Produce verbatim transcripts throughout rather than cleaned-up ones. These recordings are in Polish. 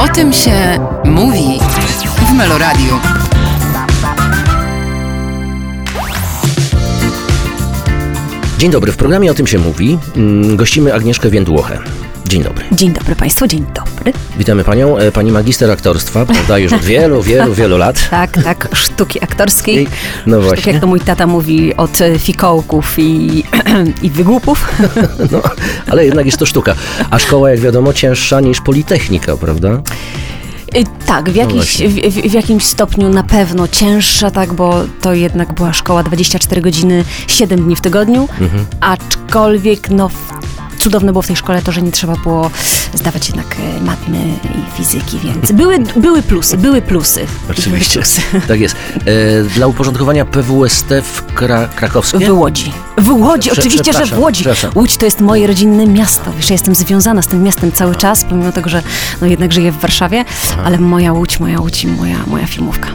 O tym się mówi w Meloradiu. Dzień dobry, w programie O tym się mówi gościmy Agnieszkę Więdłochę. Dzień dobry. Dzień dobry Państwu, dzień dobry. Witamy Panią, pani magister aktorstwa, prawda, już od wielu, wielu, wielu lat. Tak, tak, sztuki aktorskiej. No Sztuk, właśnie. jak to mój tata mówi, od fikołków i, i wygłupów. No, ale jednak jest to sztuka. A szkoła, jak wiadomo, cięższa niż Politechnika, prawda? Tak, w, jakiś, No w, w, w jakimś stopniu na pewno cięższa, tak, bo to jednak była szkoła dwadzieścia cztery godziny, siedem dni w tygodniu, mhm. aczkolwiek no cudowne było w tej szkole to, że nie trzeba było zdawać jednak matmy i fizyki, więc były, były plusy, były plusy. Oczywiście, plusy. Tak jest. E, dla uporządkowania P W S T w Kra- Krakowskie? W Łodzi. W Łodzi, Prze- oczywiście, że w Łodzi. Łódź to jest moje rodzinne miasto. Wiesz, ja jestem związana z tym miastem cały czas, pomimo tego, że no jednak żyję w Warszawie, Aha. ale moja Łódź, moja Łódź i moja, moja filmówka.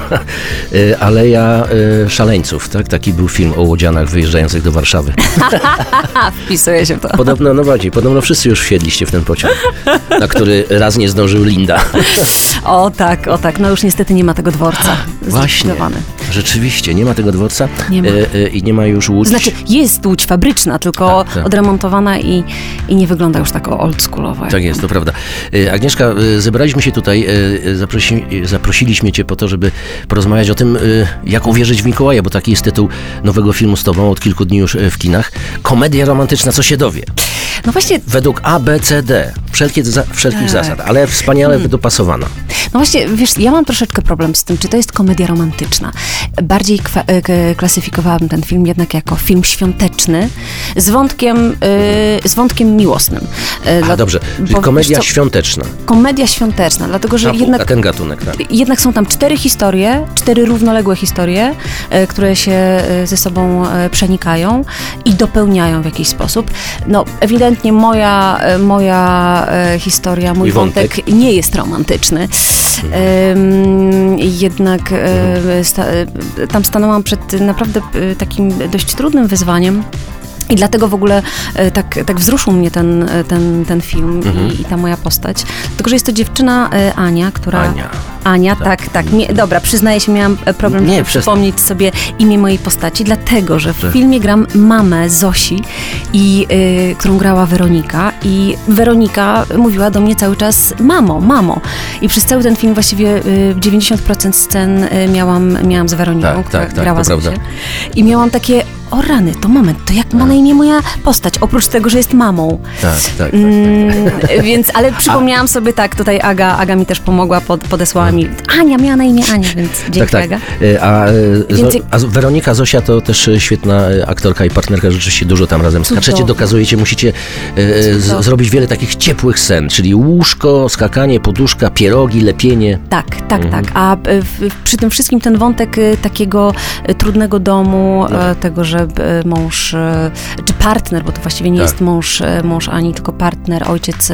Aleja y, Szaleńców, tak? Taki był film o łodzianach wyjeżdżających do Warszawy. Wpisuje się w to. Podobno, no bardziej, podobno wszyscy już wsiedliście w ten pociąg, na który raz nie zdążył Linda. O tak, o tak, no już niestety nie ma tego dworca. Właśnie, rzeczywiście, nie ma tego dworca nie ma. Y, y, i nie ma już Łódź. Znaczy, jest Łódź fabryczna, tylko tak, tak. odremontowana i, i nie wygląda już tak oldschoolowo. Tak jest, to prawda. Y, Agnieszka, y, zebraliśmy się tutaj, y, zaprosi, y, zaprosiliśmy Cię po to, żeby porozmawiać o tym, y, jak uwierzyć w Mikołaja, bo taki jest tytuł nowego filmu z Tobą, od kilku dni już w kinach. Komedia romantyczna, co się dowie. No właśnie. Według A B C D, wszelkie, za, wszelkich tak. zasad, ale wspaniale hmm. dopasowana. No właśnie, wiesz, ja mam troszeczkę problem z tym, czy to jest komedia romantyczna. Bardziej kwa, k- klasyfikowałabym ten film jednak jako film świąteczny z wątkiem, yy, z wątkiem miłosnym. Yy, a dobrze, czyli komedia co, świąteczna. Komedia świąteczna, dlatego że a, jednak... A ten gatunek, tak? Jednak są tam cztery historie, cztery równoległe historie, yy, które się yy, ze sobą yy, przenikają i dopełniają w jakiś sposób. No, ewidentnie moja, yy, moja yy, historia, mój, mój wątek, wątek nie jest romantyczny. Mhm. Yy, jednak yy, mhm. sta, yy, tam stanęłam przed naprawdę yy, takim dość trudnym wyzwaniem. I dlatego w ogóle e, tak, tak wzruszył mnie ten, ten, ten film mhm. i, i ta moja postać. Tylko, że jest to dziewczyna e, Ania, która... Ania. Ania, tak, tak. tak. Nie, dobra, przyznaję się, miałam problem, żeby przypomnieć sobie imię mojej postaci, dlatego, że w tak. filmie gram mamę Zosi, i, y, którą grała Weronika, i Weronika mówiła do mnie cały czas mamo, mamo. I przez cały ten film właściwie y, dziewięćdziesiąt procent scen y, miałam, miałam z Weroniką, tak, która tak, grała tak, Zosię. I miałam takie, o rany, to moment, to jak ma na imię moja postać, oprócz tego, że jest mamą. Tak, tak, tak. Mm, więc, ale przypomniałam A. sobie, tak, tutaj Aga, Aga mi też pomogła, pod, podesłała mi, Ania miała na imię Ania, więc dzięki, tak, tak. Aga. A, Zo, a Weronika Zosia to też świetna aktorka i partnerka, rzeczywiście dużo tam razem skaczecie, dokazujecie, musicie z, zrobić wiele takich ciepłych scen, czyli łóżko, skakanie, poduszka, pierogi, lepienie. Tak, tak, mhm. tak. A w, przy tym wszystkim ten wątek takiego trudnego domu, no. tego, że mąż, czy partner, bo to właściwie nie tak. jest mąż, mąż Ani, tylko partner, ojciec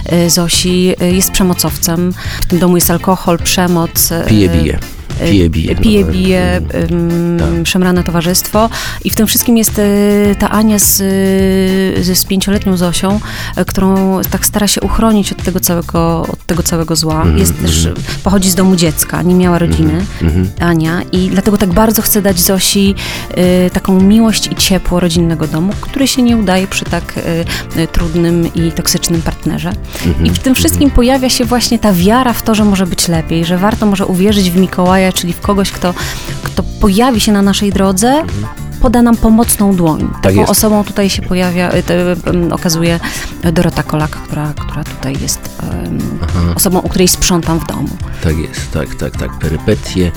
Zosi jest przemocowcem. W tym domu jest alkohol, przemoc. Pije, bije. Pije, bije. Pije, bije, um, tak. szemrane towarzystwo. I w tym wszystkim jest y, ta Ania z, y, z pięcioletnią Zosią, y, którą tak stara się uchronić od tego całego, od tego całego zła. Mm-hmm. Jest też, pochodzi z domu dziecka, nie miała rodziny, mm-hmm. Ania, i dlatego tak bardzo chce dać Zosi y, taką miłość i ciepło rodzinnego domu, które się nie udaje przy tak y, y, trudnym i toksycznym partnerze. Mm-hmm. I w tym wszystkim mm-hmm. pojawia się właśnie ta wiara w to, że może być lepiej, że warto może uwierzyć w Mikołaja, czyli w kogoś, kto, kto pojawi się na naszej drodze, poda nam pomocną dłoń. Tak Taką jest. osobą tutaj się pojawia, te, um, okazuje Dorota Kolak, która, która tutaj jest um, osobą, u której sprzątam w domu. Tak jest, tak, tak, tak. Perypetie,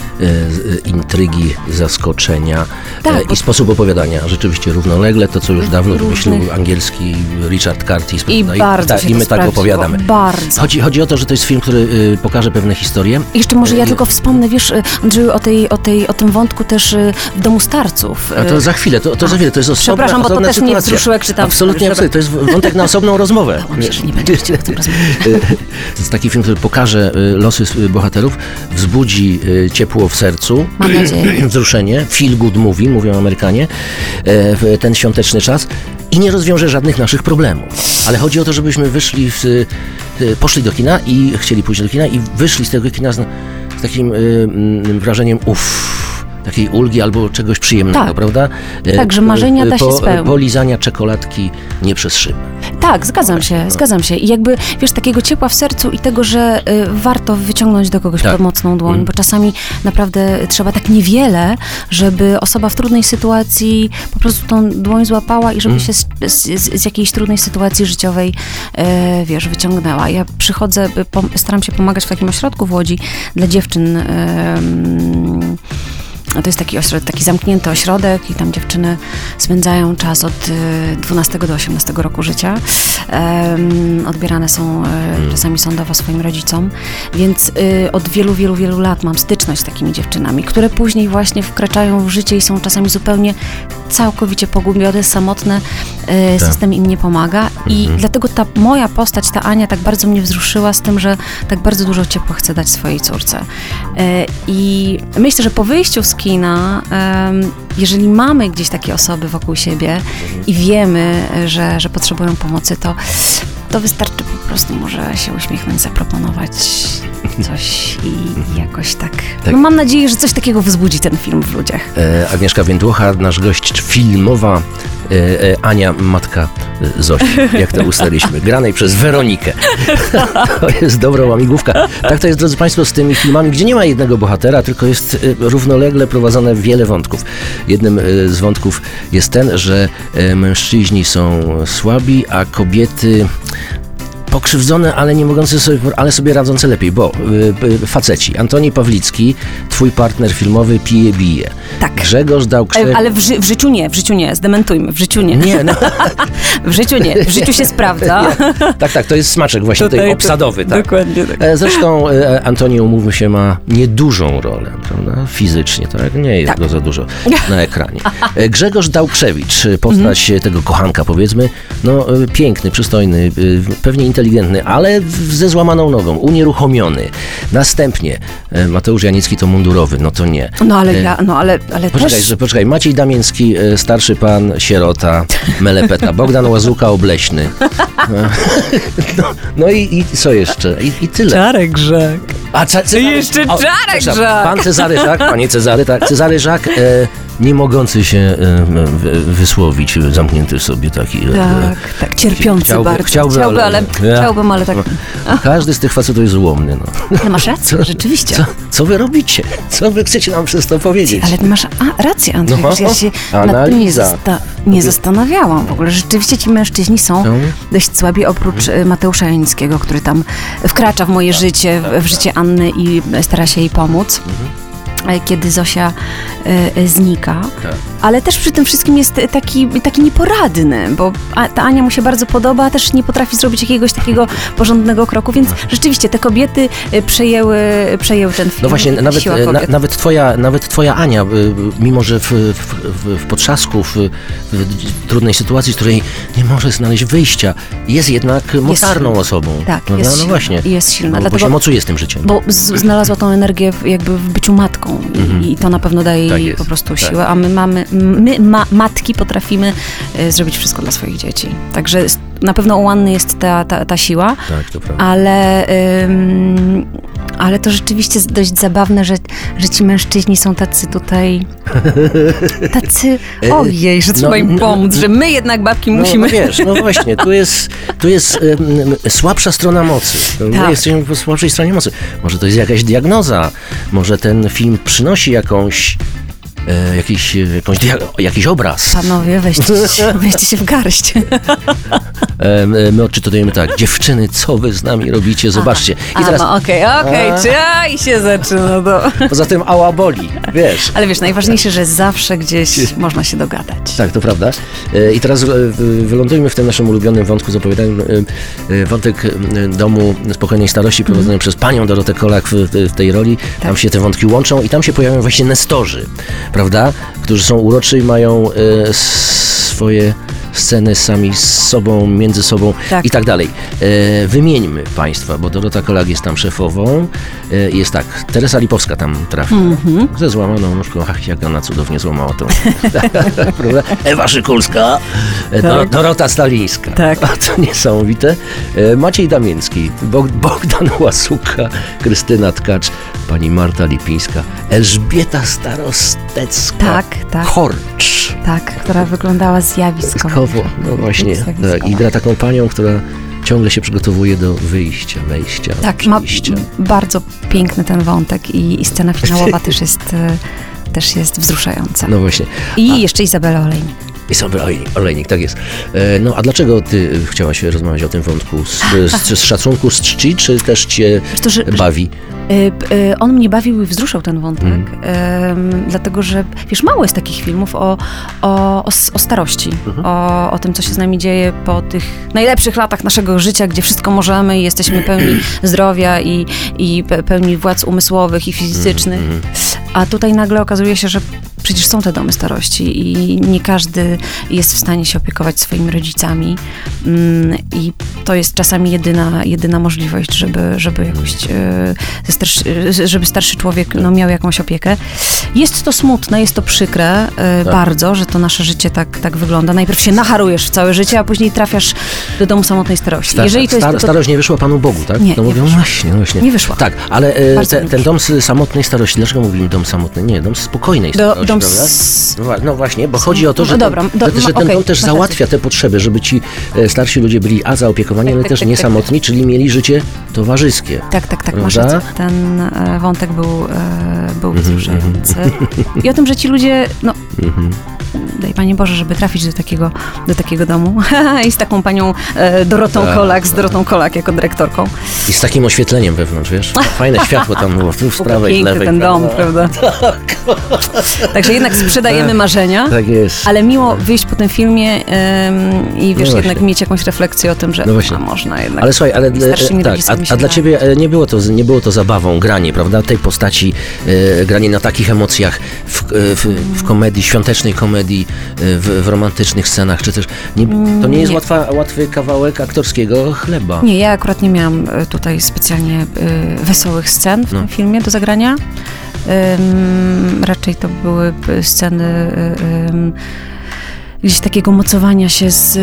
intrygi, zaskoczenia tak, i bo... sposób opowiadania. Rzeczywiście równolegle, to co już dawno wymyślił różnych... angielski Richard Curtis. I, I, bardzo ta, i my tak opowiadamy. Bardzo. Chodzi, chodzi o to, że to jest film, który y, pokaże pewne historie. Jeszcze może ja y, tylko wspomnę, wiesz, Andrzeju, o, tej, o, tej, o tym wątku też y, w Domu Starców. A to za chwilę, to, to za chwilę, to jest osobna Przepraszam, bo to też sytuacja. mnie wzruszyło, jak czytam. Absolutnie, absolutnie, to jest wątek na osobną rozmowę. Myślę, że nie będzie o tym rozmawiać. To jest taki film, który pokaże losy bohaterów, wzbudzi ciepło w sercu, mam nadzieję, wzruszenie, feel good movie, mówią Amerykanie, w ten świąteczny czas i nie rozwiąże żadnych naszych problemów. Ale chodzi o to, żebyśmy wyszli w, y, poszli do kina i chcieli pójść do kina i wyszli z tego kina z, z takim y, y, wrażeniem uff, takiej ulgi albo czegoś przyjemnego, tak. prawda? Tak, że marzenia da się po, spełnić. Polizania czekoladki nie przez szybę. Tak, zgadzam się, no. zgadzam się. I jakby, wiesz, takiego ciepła w sercu i tego, że y, warto wyciągnąć do kogoś tak. pomocną dłoń, mm. bo czasami naprawdę trzeba tak niewiele, żeby osoba w trudnej sytuacji po prostu tą dłoń złapała i żeby mm. się z, z, z jakiejś trudnej sytuacji życiowej, y, wiesz, wyciągnęła. Ja przychodzę, pom- staram się pomagać w takim ośrodku w Łodzi dla dziewczyn. Y, To jest taki ośrodek, taki zamknięty ośrodek i tam dziewczyny spędzają czas od dwunastego do osiemnastego roku życia. Um, odbierane są um, czasami sądowo swoim rodzicom, więc y, od wielu, wielu, wielu lat mam styczność z takimi dziewczynami, które później właśnie wkraczają w życie i są czasami zupełnie całkowicie pogubione, samotne. Y, tak. System im nie pomaga i mhm. dlatego ta moja postać, ta Ania, tak bardzo mnie wzruszyła z tym, że tak bardzo dużo ciepła chce dać swojej córce. Y, I myślę, że po wyjściu z kina, um, jeżeli mamy gdzieś takie osoby wokół siebie i wiemy, że, że potrzebują pomocy, to, to wystarczy po prostu może się uśmiechnąć, zaproponować coś i jakoś tak... tak. No mam nadzieję, że coś takiego wzbudzi ten film w ludziach. E, Agnieszka Więdłocha, nasz gość filmowa, e, e, Ania, matka e, Zosi, jak to ustaliliśmy, granej przez Weronikę. To jest dobra łamigłówka. Tak to jest, drodzy Państwo, z tymi filmami, gdzie nie ma jednego bohatera, tylko jest e, równolegle prowadzone wiele wątków. Jednym e, z wątków jest ten, że e, mężczyźni są słabi, a kobiety pokrzywdzone, ale nie mogące sobie, ale sobie radzące lepiej, bo y, y, faceci, Antoni Pawlicki, twój partner filmowy, pije, bije. Tak. Grzegorz Dałkrzew... Ale w, ży- w życiu nie, w życiu nie, zdementujmy, w życiu nie. Nie, no. W życiu nie, w życiu się sprawdza. Nie. Tak, tak, to jest smaczek właśnie Tutaj, tej obsadowy. Tak. Dokładnie tak. E, Zresztą e, Antoni, umówmy się, ma niedużą rolę, prawda? Fizycznie, tak? Nie jest Tak. go za dużo na ekranie. E, Grzegorz Dałkrzewicz, postać Mhm. tego kochanka, powiedzmy, no e, piękny, przystojny, e, pewnie inteligentny, ale w- ze złamaną nogą, unieruchomiony. Następnie e, Mateusz Janicki to mundurowy, no to nie. No ale E, ja, no ale, ale Poczekaj, też... że, poczekaj, Maciej Damiński, e, starszy pan, sierota, melepeta, Bogdan Łazuka, obleśny. No, no i, i co jeszcze? I, i tyle. Czarek Żak. A ce, Cezary, Jeszcze Czarek przepraszam, Żak. Pan Cezary Żak, panie Cezary, tak, Cezary Żak, e, nie mogący się e, w- wysłowić, zamknięty w sobie taki... e, Tak, tak, cierpiący chciałby- bardzo. chciałby, chciałby, ale- ale, Ja. chciałbym, ale tak... Każdy z tych facetów jest ułomny. No. Ale masz rację, Co- rzeczywiście. Co, co wy robicie? Co wy chcecie nam przez to powiedzieć? Ale ty masz a, rację, Andrzej, No, wiesz, ja się nad tym nie, analiza. zasta- nie zastanawiałam w ogóle. Rzeczywiście ci mężczyźni są No. dość słabi, oprócz y, Mateusza Janickiego, który tam wkracza w moje życie, w, w życie Anny i stara się jej pomóc. e, Kiedy Zosia y, y, znika, Tak. ale też przy tym wszystkim jest taki, taki nieporadny, bo a, ta Ania mu się bardzo podoba, a też nie potrafi zrobić jakiegoś takiego porządnego kroku, więc rzeczywiście te kobiety y, przejęły, przejęły ten film. No właśnie, nawet, Siła e, na, kobiet. nawet, twoja, nawet twoja Ania, y, mimo że w, w, w, w potrzasku, w, w trudnej sytuacji, z której nie może znaleźć wyjścia, jest jednak mocarną silna. osobą. Tak, no, jest no, no silna. właśnie. Jest silna, No, bo dlatego- się mocuje z tym życiem. Bo z, znalazła tą energię w, jakby w byciu matką i, Mhm. i to na pewno daje Tak jej jest, po prostu tak. siłę, a my mamy, my ma, matki potrafimy e, zrobić wszystko dla swoich dzieci. Także s- na pewno u Anny jest ta, ta, ta siła, Tak, to prawda. ale, ym, ale to rzeczywiście jest dość zabawne, że, że ci mężczyźni są tacy tutaj, tacy, E, ojej, że trzeba no, im no, pomóc, że my jednak babki No, musimy... no wiesz, no właśnie, tu jest, tu jest em, słabsza strona mocy. My Tak. jesteśmy po słabszej stronie mocy. Może to jest jakaś diagnoza, może ten film przynosi jakąś, e, jakiś, jakąś dia- jakiś obraz. Panowie, weźcie się, weźcie się w garść. E, my odczytujemy tak, dziewczyny, co wy z nami robicie, zobaczcie. I A, teraz, no okej, okej, A. czy a, i się zaczyna, no. poza tym ała boli, wiesz. Ale wiesz, najważniejsze, że zawsze gdzieś można się dogadać. Tak, to prawda. E, I teraz e, w- wylądujmy w tym naszym ulubionym wątku z opowiadaniem. e, e, Wątek e, domu spokojnej starości prowadzony przez panią Dorotę Kolak w, w tej roli. Tam Tak. się te wątki łączą i tam się pojawiają właśnie nestorzy, prawda? Którzy są uroczy i mają e, swoje sceny sami z sobą, między sobą Tak. i tak dalej. E, wymieńmy państwa, bo Dorota Kolak jest tam szefową. E, jest tak, Teresa Lipowska tam trafia. Mhm. Ze złamaną nóżką, ach, jak ona cudownie złamała tą. Prawda? Ewa Szykulska, e, Dor- Dorota Stalińska. Tak. A to niesamowite. E, Maciej Damiński, Bog- Bogdan Łasuka, Krystyna Tkacz, pani Marta Lipińska, Elżbieta Starostecka. Tak, tak. Horcz. Tak, która wyglądała zjawiskowo. Kowo, no właśnie. Zjawiskowo. Tak, i gra taką panią, która ciągle się przygotowuje do wyjścia, wejścia, Tak, ma przyjścia. bardzo piękny ten wątek i, i scena finałowa też jest, e, też jest wzruszająca. No właśnie. I jeszcze Izabela Olejnik. Isabel Olejnik, tak jest. E, No a dlaczego ty chciałaś rozmawiać o tym wątku? Z, z, z szacunku, z czci, czy też cię Wiesz to, że- bawi? Y, y, On mnie bawił i wzruszał ten wątek, Mm. ym, dlatego że, wiesz, mało jest takich filmów o, o, o, s- o starości, Mhm. o, o tym, co się z nami dzieje po tych najlepszych latach naszego życia, gdzie wszystko możemy i jesteśmy pełni zdrowia i, i pe- pełni władz umysłowych i fizycznych. Mhm. A tutaj nagle okazuje się, że przecież są te domy starości i nie każdy jest w stanie się opiekować swoimi rodzicami. Mm, I to jest czasami jedyna, jedyna możliwość, żeby, żeby jakoś e, ze starszy, e, żeby starszy człowiek no, miał jakąś opiekę. Jest to smutne, jest to przykre e, Tak. bardzo, że to nasze życie tak, tak wygląda. Najpierw się nacharujesz w całe życie, a później trafiasz do domu samotnej starości. Sta- Jeżeli to jest star- to, to, Starość nie wyszła Panu Bogu, tak? Nie, to nie mówią, wyszła. właśnie, no właśnie. Nie wyszła. Tak, ale e, Bardzo te, nie ten wyszła. dom z samotnej starości, dlaczego mówimy dom samotny? Nie, dom spokojnej do, starości, dom prawda? s- No wa- No właśnie, bo chodzi o to, że, No ten, dobra, do- że, że ten okej, dom też masz załatwia te potrzeby, żeby ci e, starsi ludzie byli a zaopiekowani, Tak, ale tak, też tak, nie tak, samotni, czyli mieli życie towarzyskie. Tak, tak, tak, masz Prawda? rację. Ten e, wątek był, e, był Mhm, wzruszający. I o tym, że ci ludzie, no, daj Panie Boże, żeby trafić do takiego, do takiego domu i z taką panią e, Dorotą Tak, Kolak, z Dorotą Kolak jako dyrektorką. I z takim oświetleniem wewnątrz, wiesz? Fajne światło tam było, tu z prawej, z Piękny lewej. ten dom, prawda? prawda? Także jednak sprzedajemy marzenia. Tak jest. Ale miło wyjść po tym filmie em, i wiesz, No jednak właśnie. mieć jakąś refleksję o tym, że No właśnie. a można jednak. Ale słuchaj, ale z starszymi tak, rodzicami a, się a dla da. ciebie e, nie było to, nie było to zabawą, granie, prawda? Tej postaci, e, granie na takich emocjach w, e, w, w komedii, świątecznej komedii, e, w, w romantycznych scenach, czy też nie, to nie jest Nie. łatwa, łatwy kawałek aktorskiego chleba. Nie, ja akurat nie miałam e, tutaj specjalnie e, wesołych scen w No. tym filmie do zagrania. Ym, raczej to były e, sceny e, ym, gdzieś takiego mocowania się z,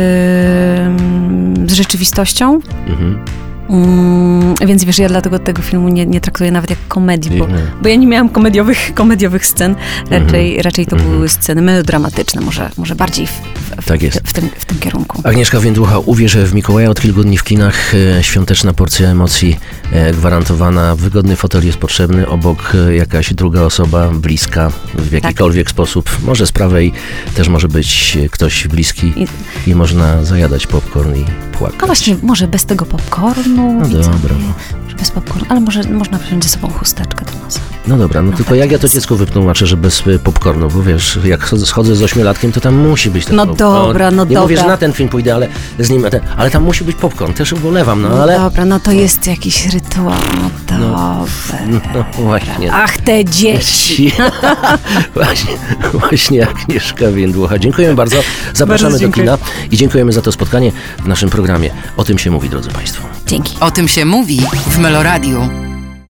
ym, z rzeczywistością. Mhm. Mm, więc wiesz, ja dlatego tego filmu nie, nie traktuję nawet jak komedii, bo, Nie. bo ja nie miałam komediowych, komediowych scen. Raczej, Mhm. raczej to były sceny melodramatyczne, może, może bardziej w, w, Tak jest. w, tym, w tym kierunku. Agnieszka Więdłucha, uwierz w Mikołaja od kilku dni w kinach. E, świąteczna porcja emocji e, gwarantowana. Wygodny fotel jest potrzebny, obok e, jakaś druga osoba, bliska w jakikolwiek sposób. Może z prawej też może być e, ktoś bliski I, i można zajadać popcorn i płakać. no właśnie, może bez tego popcornu. No widzę, dobra. Może bez popcornu, ale może można wziąć ze sobą chusteczkę do nosa. No dobra, no, No tylko tak jak ja to jest. dziecku wytłumaczę, że bez e, popcornu, bo wiesz, jak schodzę- schodzę z ośmiolatkiem, to tam musi być ten No popcorn. dobra, no Nie mówię, dobra. że na ten film pójdę, ale z nim, ten, ale tam musi być popcorn, też ubolewam, no No ale... dobra, no to jest jakiś rytuał, no dobra. No właśnie. Ach, te dzieci. właśnie, właśnie Agnieszka Więdłucha. Dziękujemy bardzo. Zapraszamy Bardzo do dziękuję. kina i dziękujemy za to spotkanie w naszym programie. O tym się mówi, drodzy Państwo. Dzięki. O tym się mówi w Meloradiu.